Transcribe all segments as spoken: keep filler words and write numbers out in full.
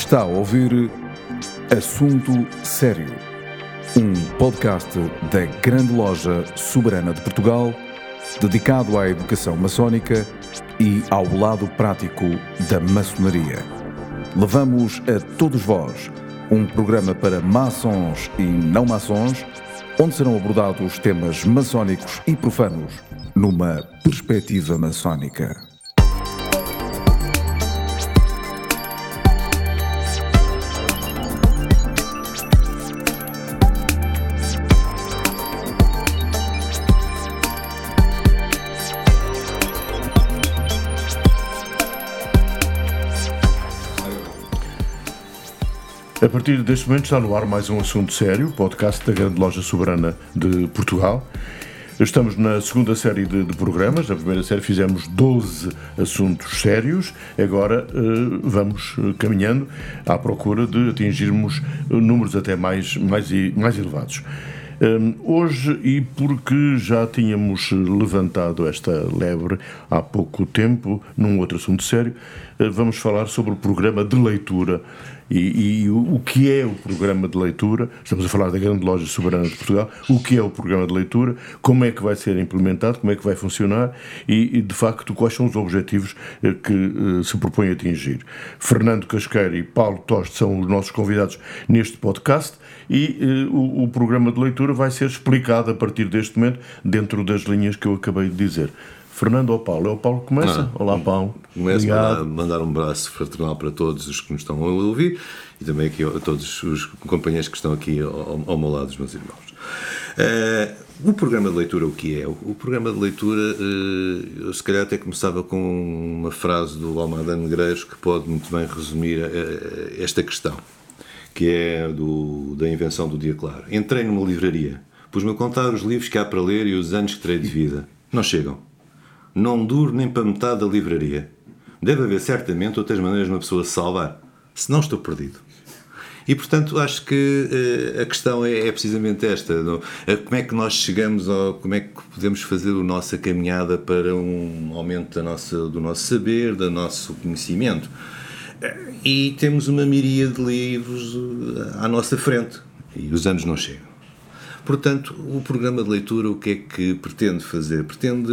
Está a ouvir Assunto Sério, um podcast da Grande Loja Soberana de Portugal, dedicado à educação maçónica e ao lado prático da maçonaria. Levamos a todos vós um programa para maçons e não maçons, onde serão abordados temas maçónicos e profanos numa perspectiva maçónica. A partir deste momento está no ar mais um Assunto Sério, podcast da Grande Loja Soberana de Portugal. Estamos na segunda série de, de programas. Na primeira série fizemos doze assuntos sérios. Agora uh, vamos caminhando à procura de atingirmos números até mais, mais, mais elevados. Um, hoje, e porque já tínhamos levantado esta lebre há pouco tempo, num outro assunto sério, uh, vamos falar sobre o programa de leitura. E, e o, o que é o programa de leitura? Estamos a falar da Grande Loja Soberana de Portugal. O que é o programa de leitura? Como é que vai ser implementado? Como é que vai funcionar? E, e de facto, quais são os objetivos eh, que eh, se propõe atingir? Fernando Casqueiro e Paulo Toste são os nossos convidados neste podcast e eh, o, o programa de leitura vai ser explicado a partir deste momento dentro das linhas que eu acabei de dizer. Fernando ou Paulo? É o Paulo que começa? Não, Olá, Paulo. Começo a mandar um abraço fraternal para todos os que nos estão a ouvir e também aqui a todos os companheiros que estão aqui ao, ao meu lado, os meus irmãos. Uh, o programa de leitura, o que é? O, o programa de leitura, uh, eu se calhar até começava com uma frase do Almada Negreiros que pode muito bem resumir uh, esta questão, que é do, da invenção do dia claro. Entrei numa livraria, pus-me a contar os livros que há para ler e os anos que terei de vida. Não chegam. Não duro nem para metade da livraria. Deve haver certamente outras maneiras de uma pessoa se salvar. Senão estou perdido. E, portanto, acho que uh, a questão é, é precisamente esta. Não? Como é que nós chegamos, ao, como é que podemos fazer a nossa caminhada para um aumento da nossa, do nosso saber, do nosso conhecimento. Uh, e temos uma miríade de livros uh, à nossa frente. E os anos não chegam. Portanto, o programa de leitura, o que é que pretende fazer? Pretende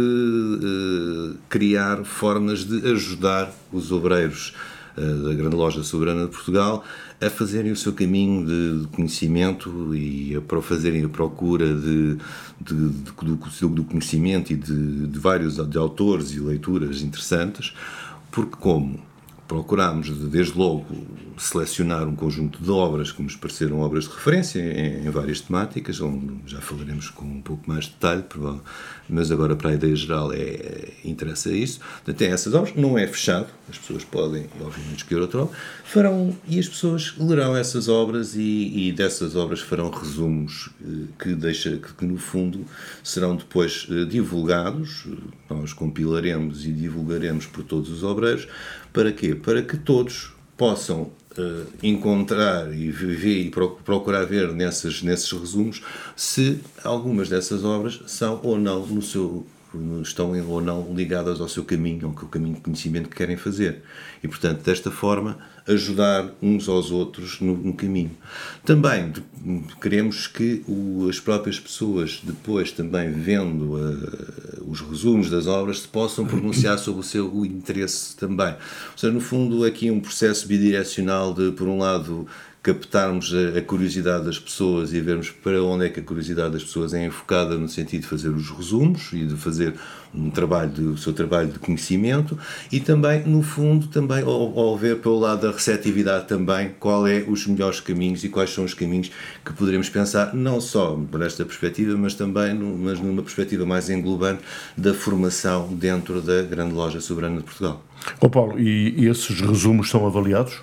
uh, criar formas de ajudar os obreiros uh, da Grande Loja Soberana de Portugal a fazerem o seu caminho de, de conhecimento e a para fazerem a procura de, de, de, do, do conhecimento e de, de vários de autores e leituras interessantes, porque como procurámos, desde logo, selecionar um conjunto de obras que nos pareceram obras de referência em, em várias temáticas, onde já falaremos com um pouco mais de detalhe, mas agora para a ideia geral é, interessa isso. Tem essas obras, não é fechado, as pessoas podem, obviamente, escolher outra obra, farão, e as pessoas lerão essas obras e, e dessas obras farão resumos que, deixa, que, que, no fundo, serão depois divulgados, nós compilaremos e divulgaremos por todos os obreiros. Para quê? Para que todos possam uh, encontrar e ver e procurar ver nesses, nesses resumos se algumas dessas obras são ou não no seu, estão ou não ligadas ao seu caminho, ao caminho de conhecimento que querem fazer. E, portanto, desta forma, ajudar uns aos outros no, no caminho. Também de, queremos que o, as próprias pessoas, depois também vendo uh, os resumos das obras, se possam pronunciar sobre o seu o interesse também. Ou seja, no fundo, aqui um processo bidirecional de, por um lado, captarmos a, a curiosidade das pessoas e vermos para onde é que a curiosidade das pessoas é enfocada no sentido de fazer os resumos e de fazer um trabalho de, o seu trabalho de conhecimento e também, no fundo, também ao, ao ver pelo lado da receptividade também qual é os melhores caminhos e quais são os caminhos que poderemos pensar, não só por esta perspectiva, mas também no, mas numa perspectiva mais englobante da formação dentro da Grande Loja Soberana de Portugal. Ó Paulo, e, e esses resumos são avaliados?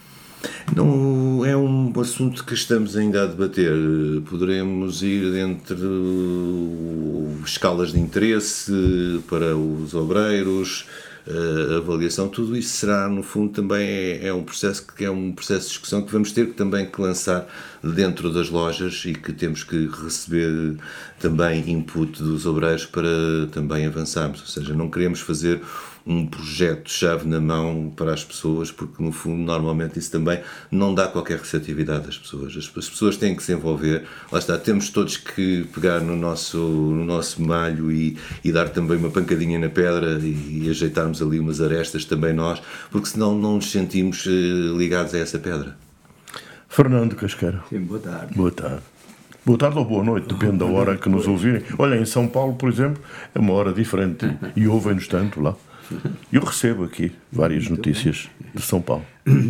Não, é um assunto que estamos ainda a debater. Poderemos ir entre escalas de interesse para os obreiros, a avaliação, tudo isso será, no fundo, também é, é um processo que é um processo de discussão que vamos ter que também que lançar dentro das lojas e que temos que receber também input dos obreiros para também avançarmos. Ou seja, não queremos fazer um projeto chave na mão para as pessoas, porque no fundo normalmente isso também não dá qualquer receptividade às pessoas. As, as pessoas têm que se envolver, lá está, temos todos que pegar no nosso, no nosso malho e, e dar também uma pancadinha na pedra e, e ajeitarmos ali umas arestas também nós, porque senão não nos sentimos eh, ligados a essa pedra. Fernando Casqueiro. Sim, boa tarde. Boa tarde. Boa tarde ou boa noite, depende da hora que nos ouvirem. Olha, em São Paulo, por exemplo, é uma hora diferente e ouvem-nos tanto lá. Eu recebo aqui várias Muito notícias bem. de São Paulo.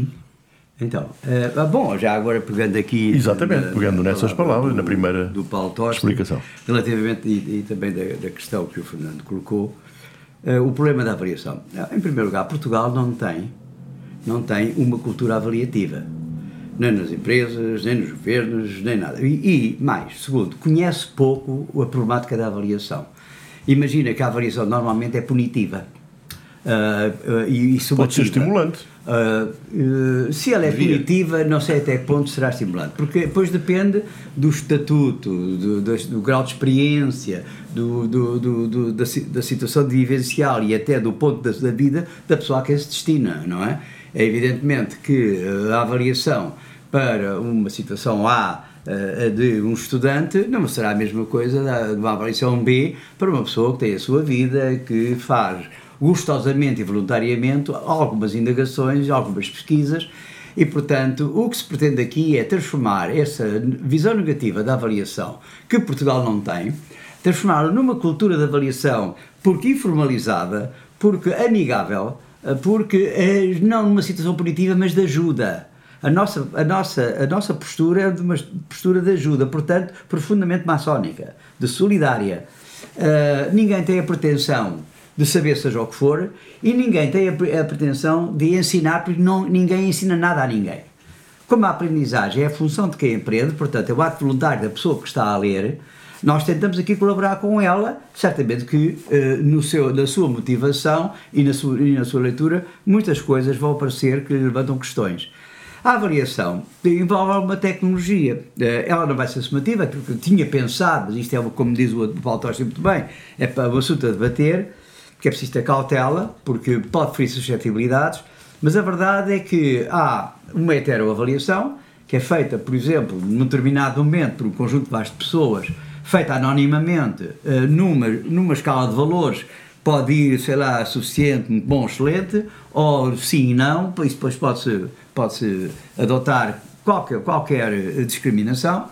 Então, uh, bom, já agora pegando aqui... Exatamente, na, pegando na nessas palavras, do, na primeira do Paulo Toste, explicação. Relativamente, e, e também da, da questão que o Fernando colocou, uh, o problema da avaliação. Em primeiro lugar, Portugal não tem, não tem uma cultura avaliativa. Nem nas empresas, nem nos governos, nem nada. E, e mais, segundo, conhece pouco a problemática da avaliação. Imagina que a avaliação normalmente é punitiva. Uh, uh, e, e Pode ser estimulante. Uh, uh, se ela é Devia. punitiva, não sei até que ponto será estimulante, porque depois depende do estatuto, do, do, do grau de experiência, do, do, do, do, da, da situação vivencial e até do ponto da, da vida da pessoa a quem se destina, não é? É evidentemente que a avaliação para uma situação A uh, de um estudante não será a mesma coisa de uma avaliação B para uma pessoa que tem a sua vida, que faz gostosamente e voluntariamente algumas indagações, algumas pesquisas e, portanto, o que se pretende aqui é transformar essa visão negativa da avaliação, que Portugal não tem, transformá-la numa cultura de avaliação porque informalizada, porque amigável, porque não numa situação punitiva, mas de ajuda. A nossa, a nossa, a nossa postura é de uma postura de ajuda, portanto, profundamente maçónica, de solidária. Uh, ninguém tem a pretensão de saber seja o que for, e ninguém tem a, a pretensão de ensinar, porque não, ninguém ensina nada a ninguém. Como a aprendizagem é a função de quem aprende, portanto é o ato voluntário da pessoa que está a ler, nós tentamos aqui colaborar com ela, certamente que uh, no seu, na sua motivação e na sua, e na sua leitura muitas coisas vão aparecer que lhe levantam questões. A avaliação envolve alguma tecnologia, ela não vai ser sumativa, aquilo que eu tinha pensado, mas isto é como diz o Paulo Toste muito bem, é para o assunto a debater, que é preciso ter cautela, porque pode ferir suscetibilidades, mas a verdade é que há uma heteroavaliação, que é feita, por exemplo, num determinado momento por um conjunto de várias pessoas, feita anonimamente, numa, numa escala de valores, pode ir, sei lá, suficiente, bom, excelente, ou sim e não, isso depois pode-se pode-se adotar qualquer, qualquer discriminação,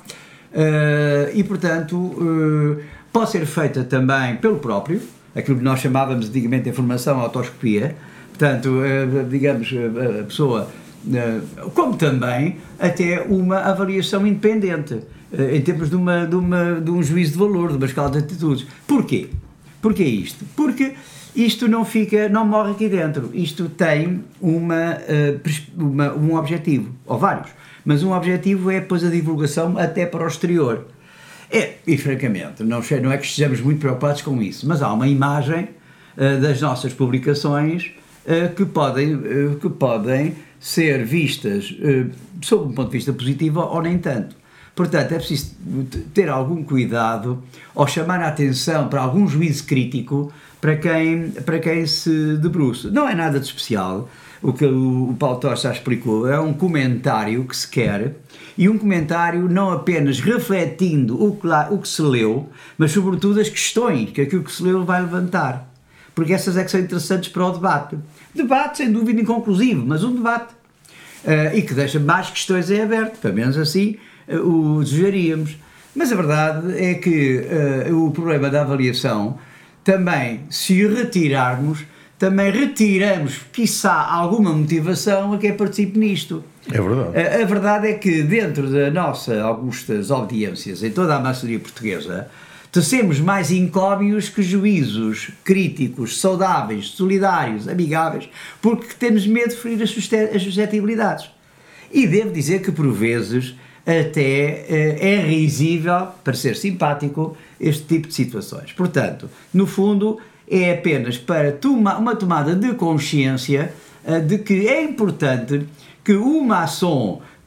e, portanto, pode ser feita também pelo próprio, aquilo que nós chamávamos antigamente de informação autoscopia, portanto, digamos, a pessoa, como também até uma avaliação independente, em termos de, uma, de, uma, de um juízo de valor, de uma escala de atitudes. Porquê? Porquê isto? Porque isto não fica, não morre aqui dentro, isto tem uma, uma, um objetivo, ou vários, mas um objetivo é depois a divulgação até para o exterior. É, e francamente, não, não é que estejamos muito preocupados com isso, mas há uma imagem uh, das nossas publicações uh, que, podem, uh, que podem ser vistas uh, sob um ponto de vista positivo ou nem tanto. Portanto, é preciso ter algum cuidado ou chamar a atenção para algum juízo crítico para quem, para quem se debruça. Não é nada de especial. O que o Paulo Toste já explicou é um comentário que se quer, e um comentário não apenas refletindo o que, lá, o que se leu, mas sobretudo as questões que aquilo que se leu vai levantar, porque essas é que são interessantes para o debate. Debate, sem dúvida, inconclusivo, mas um debate, uh, e que deixa mais questões em aberto, pelo menos assim uh, o desejaríamos. Mas a verdade é que uh, o problema da avaliação também, se retirarmos, também retiramos, quiçá, alguma motivação a quem participe nisto. É verdade. A, a verdade é que dentro da nossa augustas audiências, em toda a maçonaria portuguesa, tecemos mais encóbios que juízos críticos, saudáveis, solidários, amigáveis, porque temos medo de ferir as suscetibilidades. E devo dizer que, por vezes, até é risível, para ser simpático, este tipo de situações. Portanto, no fundo, é apenas para toma, uma tomada de consciência uh, de que é importante que o maçom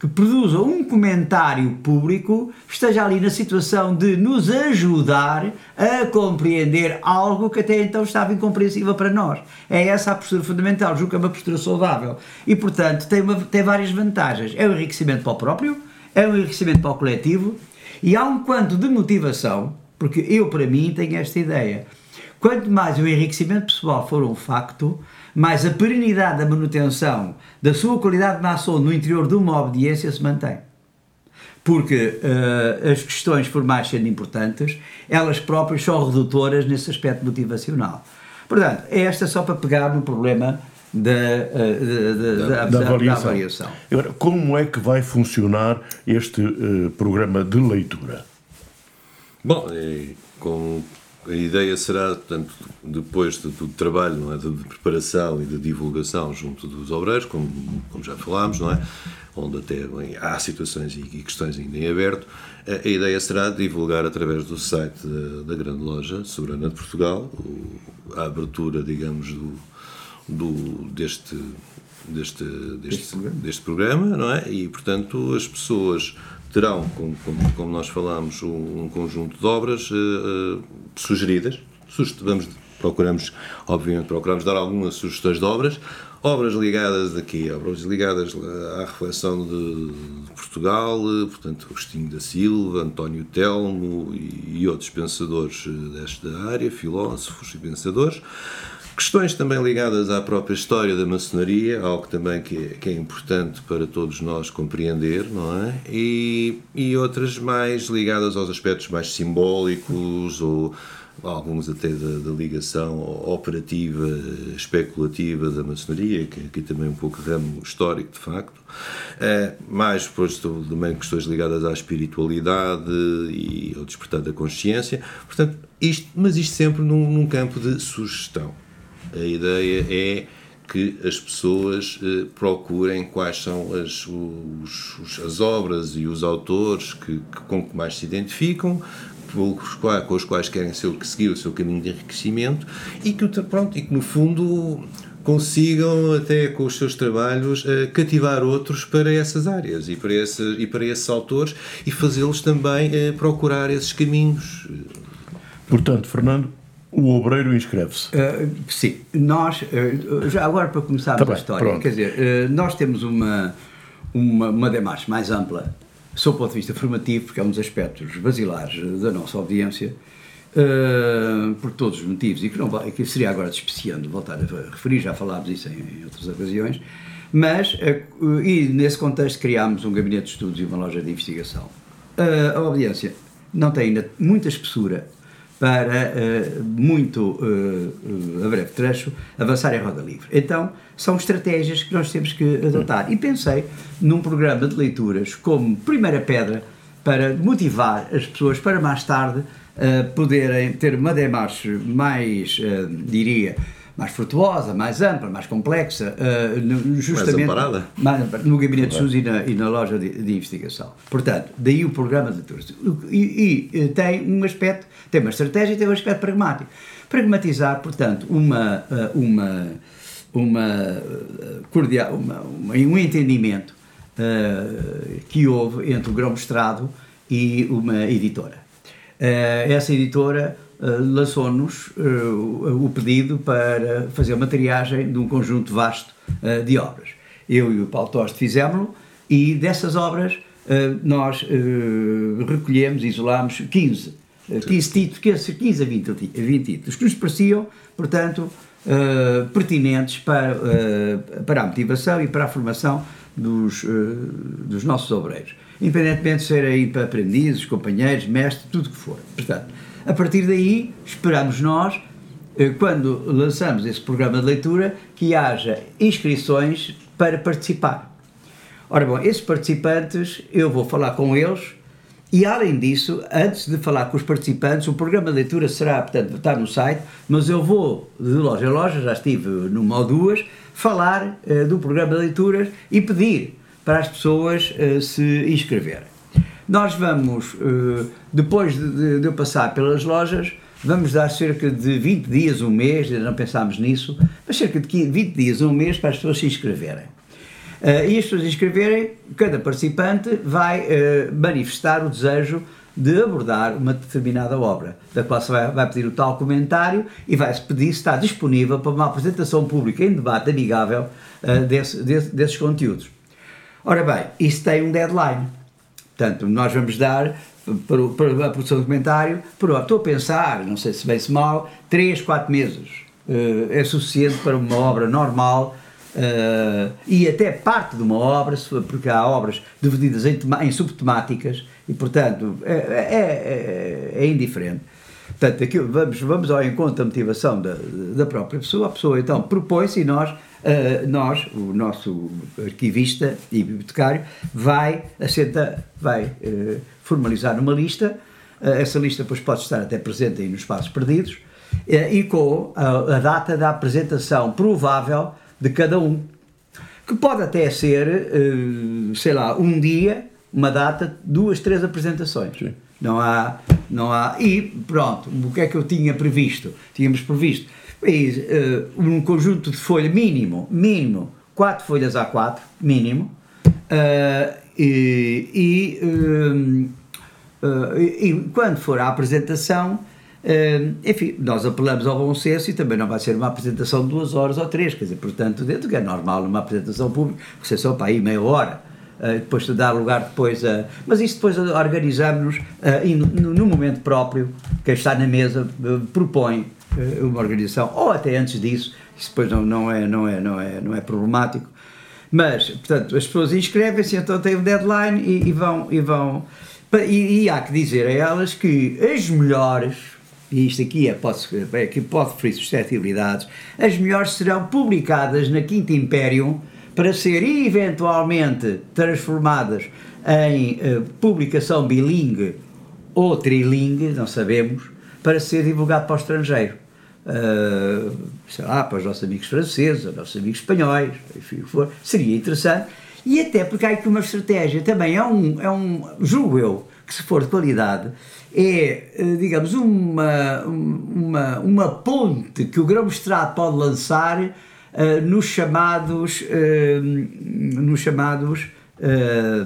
que produza um comentário público, esteja ali na situação de nos ajudar a compreender algo que até então estava incompreensível para nós. É essa a postura fundamental, julgo que é uma postura saudável. E, portanto, tem, uma, tem várias vantagens. É um enriquecimento para o próprio, é um enriquecimento para o coletivo, e há um quanto de motivação, porque eu, para mim, tenho esta ideia. Quanto mais o enriquecimento pessoal for um facto, mais a perenidade da manutenção da sua qualidade na ação no interior de uma obediência se mantém. Porque uh, as questões formais sendo importantes, elas próprias são redutoras nesse aspecto motivacional. Portanto, é esta só para pegar no problema da, uh, de, de, da, da, da, da, avaliação. da avaliação. Agora, como é que vai funcionar este uh, programa de leitura? Bom, é, com... A ideia será, portanto, depois do, do trabalho, não é, de, de preparação e de divulgação junto dos obreiros, como, como já falámos, não é, onde até bem, há situações e, e questões ainda em aberto, a, a ideia será divulgar através do site da, da Grande Loja Soberana de Portugal o, a abertura, digamos, do, do, deste, deste, deste, deste programa, não é? E, portanto, as pessoas terão, como, como, como nós falámos, um, um conjunto de obras uh, uh, sugeridas. Vamos, procuramos, obviamente, procuramos dar algumas sugestões de obras, obras ligadas aqui, obras ligadas à reflexão de, de Portugal, portanto, Agostinho da Silva, António Telmo e, e outros pensadores desta área, filósofos e pensadores. Questões também ligadas à própria história da maçonaria, algo também que é, que é importante para todos nós compreender, não é? E, e outras mais ligadas aos aspectos mais simbólicos, ou alguns até da, da ligação operativa, especulativa da maçonaria, que aqui também um pouco ramo histórico, de facto. É, mais, depois, também questões ligadas à espiritualidade e ao despertar da consciência. Portanto, isto, mas isto sempre num, num campo de sugestão. A ideia é que as pessoas eh, procurem quais são as, os, os, as obras e os autores que, que, com que mais se identificam, com os, quais, com os quais querem ser, seguir o seu caminho de enriquecimento e que, pronto, e que no fundo consigam até com os seus trabalhos eh, cativar outros para essas áreas e para, esse, e para esses autores e fazê-los também eh, procurar esses caminhos. Portanto, Fernando, o obreiro inscreve-se. Uh, sim, nós, uh, já agora para começarmos tá a história, pronto. Quer dizer, uh, nós temos uma, uma, uma demarche mais ampla, sob o ponto de vista formativo, porque é um dos aspectos basilares da nossa audiência, uh, por todos os motivos, e que, não, que seria agora despeciando voltar a referir, já falámos isso em, em outras ocasiões, mas, uh, e nesse contexto criámos um gabinete de estudos e uma loja de investigação. Uh, a audiência não tem ainda muita espessura para uh, muito uh, uh, a breve trecho avançar em roda livre. Então, são estratégias que nós temos que adotar. E pensei num programa de leituras como primeira pedra para motivar as pessoas para mais tarde uh, poderem ter uma demarche mais, uh, diria, mais frutuosa, mais ampla, mais complexa, uh, justamente mais amparada. Mais, no gabinete de estudos e na, e na loja de, de investigação. Portanto, daí o programa de leituras. E, e tem um aspecto, tem uma estratégia e tem um aspecto pragmático. Pragmatizar, portanto, uma, uma, uma, cordial, uma, uma, um entendimento uh, que houve entre o grão-mestrado e uma editora. Uh, essa editora Uh, lançou-nos uh, o pedido para fazer uma triagem de um conjunto vasto uh, de obras. Eu e o Paulo Toste fizemos-lo e dessas obras uh, nós uh, recolhemos, isolámos quinze, uh, quinze títulos, quinze a vinte títulos, que nos pareciam, portanto, uh, pertinentes para, uh, para a motivação e para a formação dos, uh, dos nossos obreiros, independentemente de serem aprendizes, companheiros, mestres, tudo o que for. Portanto, a partir daí, esperamos nós, quando lançamos esse programa de leitura, que haja inscrições para participar. Ora bom, esses participantes, eu vou falar com eles e, além disso, antes de falar com os participantes, o programa de leitura será, portanto, está no site, mas eu vou de loja a loja, já estive numa ou duas, falar uh, do programa de leituras e pedir para as pessoas uh, se inscreverem. Nós vamos, depois de eu passar pelas lojas, vamos dar cerca de vinte dias, um mês, ainda não pensámos nisso, mas cerca de vinte dias, um mês para as pessoas se inscreverem. Uh, e as pessoas inscreverem, cada participante vai uh, manifestar o desejo de abordar uma determinada obra, da qual se vai, vai pedir o tal comentário e vai-se pedir se está disponível para uma apresentação pública em debate amigável uh, desse, desse, desses conteúdos. Ora bem, isso tem um deadline. Portanto, nós vamos dar para, para a produção do comentário, para, estou a pensar, não sei se bem se mal, três, quatro meses. Uh, é suficiente para uma obra normal. Uh, e até parte de uma obra, porque há obras divididas em, tema, em subtemáticas e, portanto, é, é, é, é indiferente. Portanto, aqui vamos, vamos ao encontro da motivação da, da própria pessoa. A pessoa, então, propõe-se e nós, uh, nós, o nosso arquivista e bibliotecário, vai, assenta, vai uh, formalizar numa lista. Uh, essa lista depois pode estar até presente aí nos espaços perdidos uh, e com a, a data da apresentação provável de cada um, que pode até ser, uh, sei lá, um dia, uma data, duas, três apresentações. Sim. Não há, não há, e pronto, o que é que eu tinha previsto? Tínhamos previsto uh, um conjunto de folha mínimo, mínimo, quatro folhas A quatro, mínimo, uh, e, e, uh, uh, e, e quando for a apresentação, Uh, enfim, nós apelamos ao bom senso e também não vai ser uma apresentação de duas horas ou três, quer dizer, portanto, dentro que é normal numa apresentação pública, você só para aí meia hora, uh, depois de dar lugar depois a... Mas isso depois organizamos-nos uh, e no, no momento próprio, quem está na mesa uh, propõe uh, uma organização, ou até antes disso, isso depois não, não, é, não, é, não, é, não é problemático, mas, portanto, as pessoas inscrevem-se, então têm um deadline e, e vão... E, vão e, e há que dizer a elas que as melhores... e isto aqui é, pode, é que pode ferir suscetibilidades, as melhores serão publicadas na Quinta Império para ser eventualmente transformadas em uh, publicação bilingue ou trilingue, não sabemos, para ser divulgado para o estrangeiro. Uh, sei lá, para os nossos amigos franceses, os nossos amigos espanhóis, enfim, o que for, seria interessante. E até porque há aqui uma estratégia, também é um, é um, julgo eu, que se for de qualidade, é, digamos, uma, uma, uma ponte que o grão-mestrado pode lançar uh, nos chamados, uh, nos chamados uh,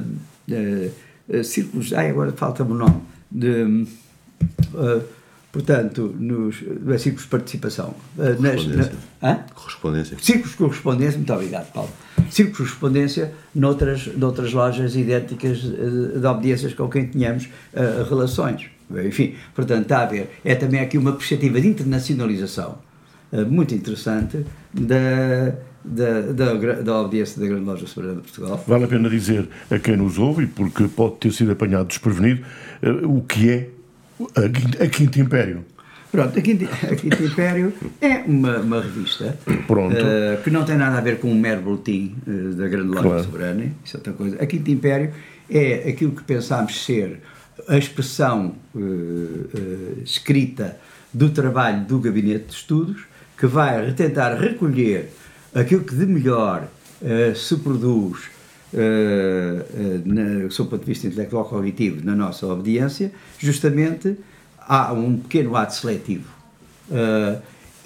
uh, círculos, ai, agora falta-me o nome, de, uh, portanto, nos uh, círculos de participação. Uh, correspondência. Na, na, correspondência. Círculos de correspondência, muito obrigado, Paulo. Círculos de correspondência noutras, noutras lojas idênticas uh, de obediências com quem tenhamos uh, relações. Enfim, portanto, está a ver, é também aqui uma perspectiva de internacionalização uh, muito interessante da, da, da, da obediência da Grande Loja Soberana de Portugal. Vale a pena dizer a quem nos ouve, porque pode ter sido apanhado desprevenido, uh, o que é a, a Quinta Império. Pronto, a Quinta, a Quinta Império é uma, uma revista uh, que não tem nada a ver com um mero boletim uh, da Grande Loja claro. Soberana, isso é outra coisa. A Quinta Império é aquilo que pensámos ser a expressão uh, uh, escrita do trabalho do Gabinete de Estudos, que vai tentar recolher aquilo que de melhor uh, se produz uh, uh, na, sob o ponto de vista intelectual cognitivo na nossa obediência, justamente há um pequeno ato seletivo uh,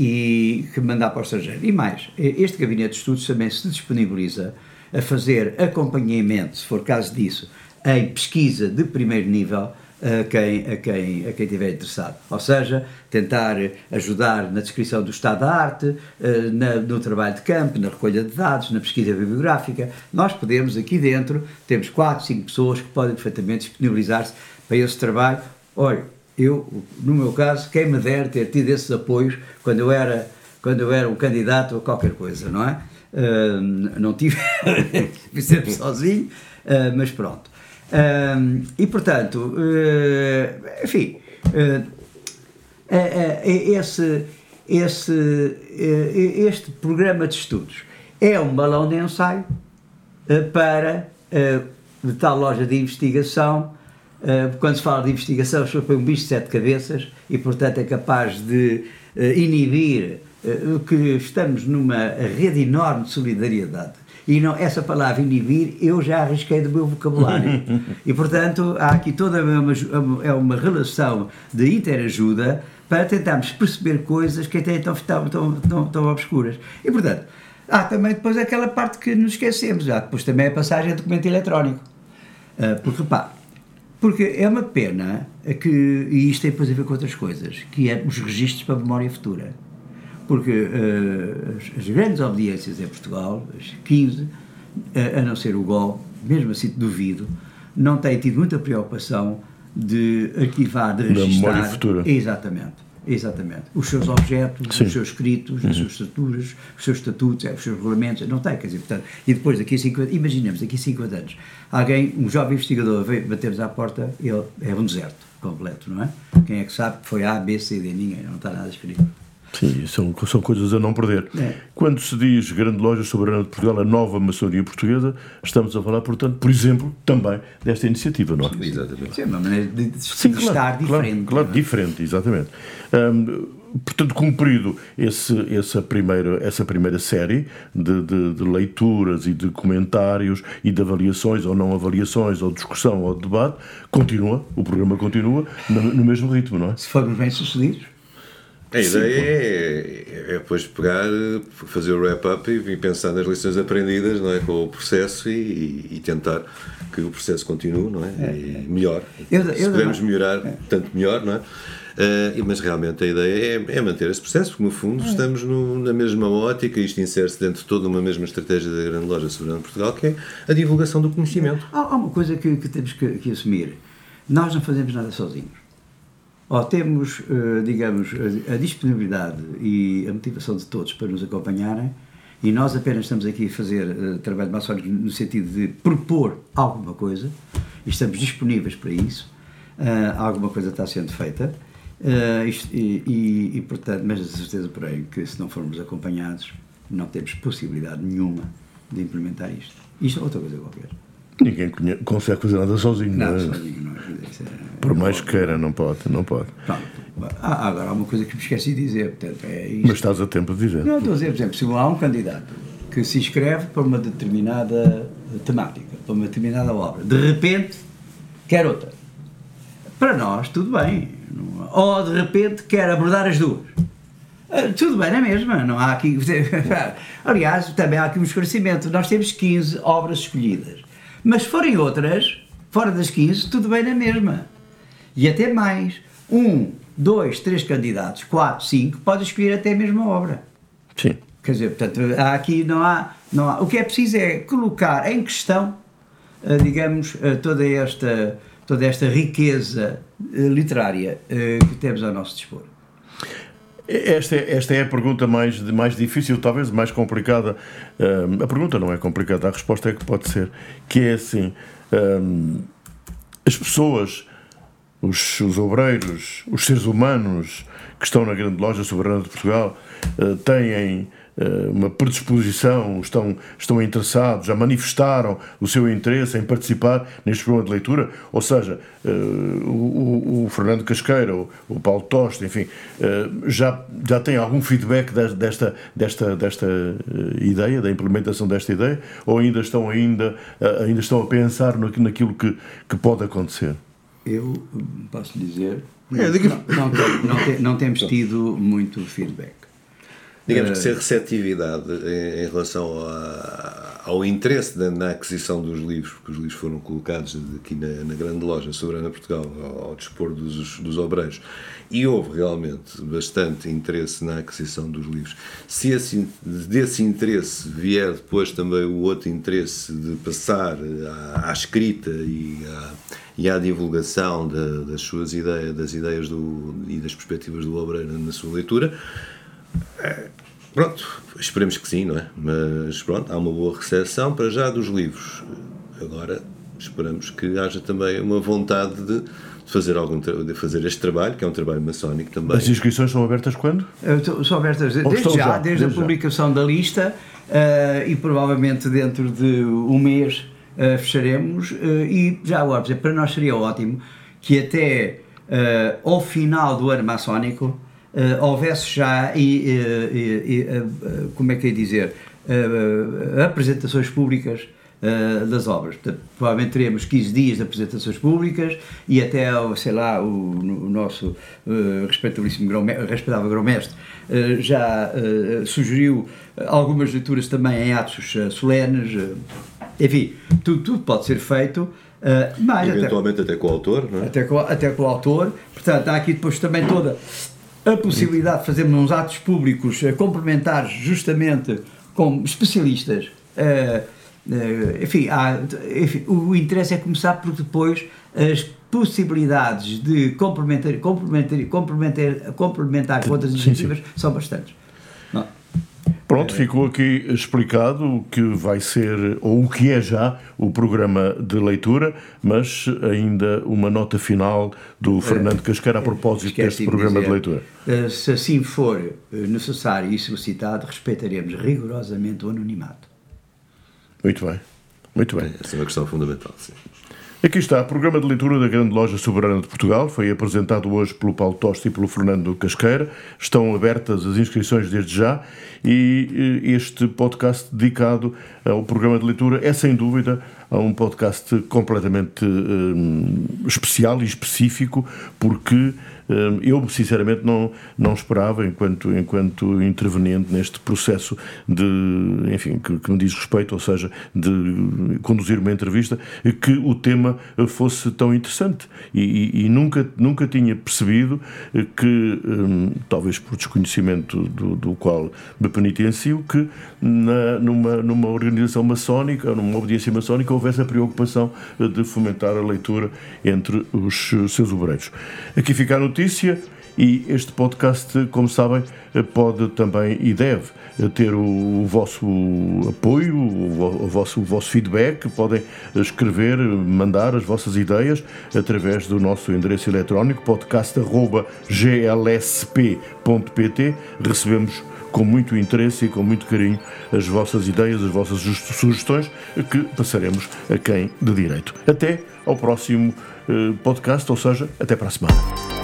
e que mandar para o estrangeiro. E mais, este Gabinete de Estudos também se disponibiliza a fazer acompanhamento, se for caso disso, em pesquisa de primeiro nível a quem, a quem, a quem estiver interessado. Ou seja, tentar ajudar na descrição do estado da arte, na, no trabalho de campo, na recolha de dados, na pesquisa bibliográfica. Nós podemos, aqui dentro, temos quatro, cinco pessoas que podem perfeitamente disponibilizar-se para esse trabalho. Olha, eu, no meu caso, quem me der ter tido esses apoios quando eu era, quando eu era um candidato a qualquer coisa, não é? Uh, não tive, fui sempre sozinho, uh, mas pronto. Um, e portanto, uh, enfim, uh, uh, uh, esse, esse, uh, este programa de estudos é um balão de ensaio uh, para uh, de tal loja de investigação. Uh, quando se fala de investigação, se foi um bicho de sete cabeças e portanto é capaz de uh, inibir uh, que estamos numa rede enorme de solidariedade. E não, essa palavra inibir eu já arrisquei do meu vocabulário. E, portanto, há aqui toda uma, é uma relação de interajuda para tentarmos perceber coisas que até então estão tão, tão, tão obscuras. E, portanto, Há também depois aquela parte que nos esquecemos, há depois também a passagem a documento eletrónico. Uh, porque, pá, porque é uma pena que, e isto tem depois a ver com outras coisas, que é os registros para a memória futura. Porque uh, as, as grandes obediências em Portugal, as quinze, uh, a não ser o G O, mesmo assim duvido, não têm tido muita preocupação de arquivar, de registrar. Da memória futura. Exatamente. Exatamente. Os seus objetos, Sim. os seus escritos, uhum. as suas estruturas, os seus estatutos, os seus regulamentos, não tem, quer dizer, portanto, e depois daqui a cinquenta, imaginemos, daqui a cinquenta anos, alguém, um jovem investigador veio bater-nos à porta, ele é um deserto completo, não é? Quem é que sabe que foi A, B, C, D, ninguém, não está nada escrito. Sim, são, são coisas a não perder. É. Quando se diz Grande Loja Soberana de Portugal, a nova maçonaria portuguesa, estamos a falar, portanto, por exemplo, também desta iniciativa, não é? Exatamente. Sim, uma maneira de, de Sim, estar claro, diferente. Claro, claro, diferente, exatamente. Hum, portanto, cumprido esse, essa, primeira, essa primeira série de, de, de leituras e de comentários e de avaliações ou não avaliações, ou discussão ou debate, continua, o programa continua no, no mesmo ritmo, não é? Se formos bem-sucedidos. A ideia é, é, é depois pegar, fazer o wrap-up e pensar nas lições aprendidas, não é, com o processo e, e tentar que o processo continue, não é, é e melhor. Eu, eu, Se pudermos melhorar, é. tanto melhor, não é? Uh, mas realmente a ideia é, é manter esse processo, porque no fundo é. estamos no, na mesma ótica, isto insere-se dentro de toda uma mesma estratégia da Grande Loja Soberana de Portugal, que é a divulgação do conhecimento. Há, há uma coisa que, que temos que, que assumir. Nós não fazemos nada sozinhos. Ou temos, digamos, a disponibilidade e a motivação de todos para nos acompanharem, e nós apenas estamos aqui a fazer trabalho maçónico no sentido de propor alguma coisa, e estamos disponíveis para isso, alguma coisa está sendo feita, e, e, e portanto, mas a certeza, porém, que se não formos acompanhados, não temos possibilidade nenhuma de implementar isto. Isto é outra coisa qualquer. Ninguém conhece, consegue fazer nada sozinho, não, não é? Sozinho não é. Isso é Por é mais que queira, não pode, não pode. Pronto. Ah, agora há uma coisa que me esqueci de dizer, portanto, é isto. Mas estás a tempo de dizer. Não, estou a dizer, por exemplo, se há um candidato que se inscreve para uma determinada temática, para uma determinada obra, de repente quer outra. Para nós, tudo bem. Ou de repente quer abordar as duas. Tudo bem na mesma, não há aqui... Aliás, também há aqui um esclarecimento. Nós temos quinze obras escolhidas. Mas se forem outras, fora das quinze, tudo bem na mesma. E até mais. Um, dois, três candidatos, quatro, cinco, podem escolher até a mesma obra. Sim. Quer dizer, portanto, há aqui não há, não há... O que é preciso é colocar em questão, digamos, toda esta, toda esta riqueza literária que temos ao nosso dispor. Esta é, esta é a pergunta mais, mais difícil, talvez mais complicada. Um, a pergunta não é complicada, a resposta é que pode ser, que é assim, um, as pessoas, os, os obreiros, os seres humanos que estão na Grande Loja Soberana de Portugal uh, têm uh, uma predisposição, estão, estão interessados, já manifestaram o seu interesse em participar neste programa de leitura, ou seja, uh, o, o Fernando Casqueira, o, o Paulo Tosta, enfim, uh, já, já têm algum feedback desta, desta, desta uh, ideia, da implementação desta ideia, ou ainda estão, ainda, uh, ainda estão a pensar naquilo que, que pode acontecer? Eu posso dizer, não, não, não, não, te, não temos tido muito feedback. Digamos que se a receptividade em, em relação a, ao interesse na, na aquisição dos livros, porque os livros foram colocados aqui na, na Grande Loja Soberana de Portugal, ao, ao dispor dos, dos obreiros, e houve realmente bastante interesse na aquisição dos livros. Se esse, desse interesse vier depois também o outro interesse de passar à, à escrita e à, e à divulgação da, das suas ideias, das ideias do, e das perspectivas do obreiro na sua leitura, pronto, esperemos que sim, não é? Mas pronto, há uma boa recepção para já dos livros. Agora esperamos que haja também uma vontade de fazer, algum, de fazer este trabalho, que é um trabalho maçónico também. As inscrições são abertas quando? São abertas desde já, já, desde, desde a publicação já. da lista, uh, e provavelmente dentro de um mês uh, fecharemos, uh, e já agora, para nós seria ótimo que até uh, ao final do ano maçónico Uh, houvesse já, e, e, e, uh, como é que é dizer, uh, uh, apresentações públicas uh, das obras. Portanto, provavelmente teremos quinze dias de apresentações públicas e até, sei lá, o, o nosso uh, respeitabilíssimo respeitável grão-mestre uh, já uh, sugeriu algumas leituras também em atos uh, solenes, uh, enfim, tudo, tudo pode ser feito. Uh, mas eventualmente até, até com o autor, não é? Até com, até com o autor, portanto há aqui depois também toda a possibilidade de fazermos uns atos públicos uh, complementares justamente com especialistas, uh, uh, enfim, há, enfim, o interesse é começar porque depois as possibilidades de complementar, complementar, complementar, complementar com outras iniciativas são bastantes. Não. Pronto, ficou aqui explicado o que vai ser, ou o que é já, o programa de leitura, mas ainda uma nota final do Fernando Casqueira a propósito deste programa de leitura. Se assim for necessário e solicitado, respeitaremos rigorosamente o anonimato. Muito bem, muito bem. Essa é uma questão fundamental, sim. Aqui está, o programa de leitura da Grande Loja Soberana de Portugal, foi apresentado hoje pelo Paulo Tosta e pelo Fernando Casqueira. Estão abertas as inscrições desde já e este podcast dedicado ao programa de leitura é, sem dúvida, um podcast completamente um, especial e específico, porque um, eu, sinceramente, não, não esperava, enquanto, enquanto interveniente neste processo de, enfim, que, que me diz respeito, ou seja, de conduzir uma entrevista, que o tema fosse tão interessante. E, e, e nunca, nunca tinha percebido que, um, talvez por desconhecimento do, do qual me penitencio, que na, numa, numa organização maçónica, numa obediência maçónica, houvesse a preocupação de fomentar a leitura entre os seus obreiros. Aqui fica a notícia e este podcast, como sabem, pode também e deve ter o vosso apoio, o vosso, o vosso feedback. Podem escrever, mandar as vossas ideias através do nosso endereço eletrónico podcast arroba g l s p ponto p t. Recebemos com muito interesse e com muito carinho as vossas ideias, as vossas sugestões, que passaremos a quem de direito. Até ao próximo podcast, ou seja, até para a semana.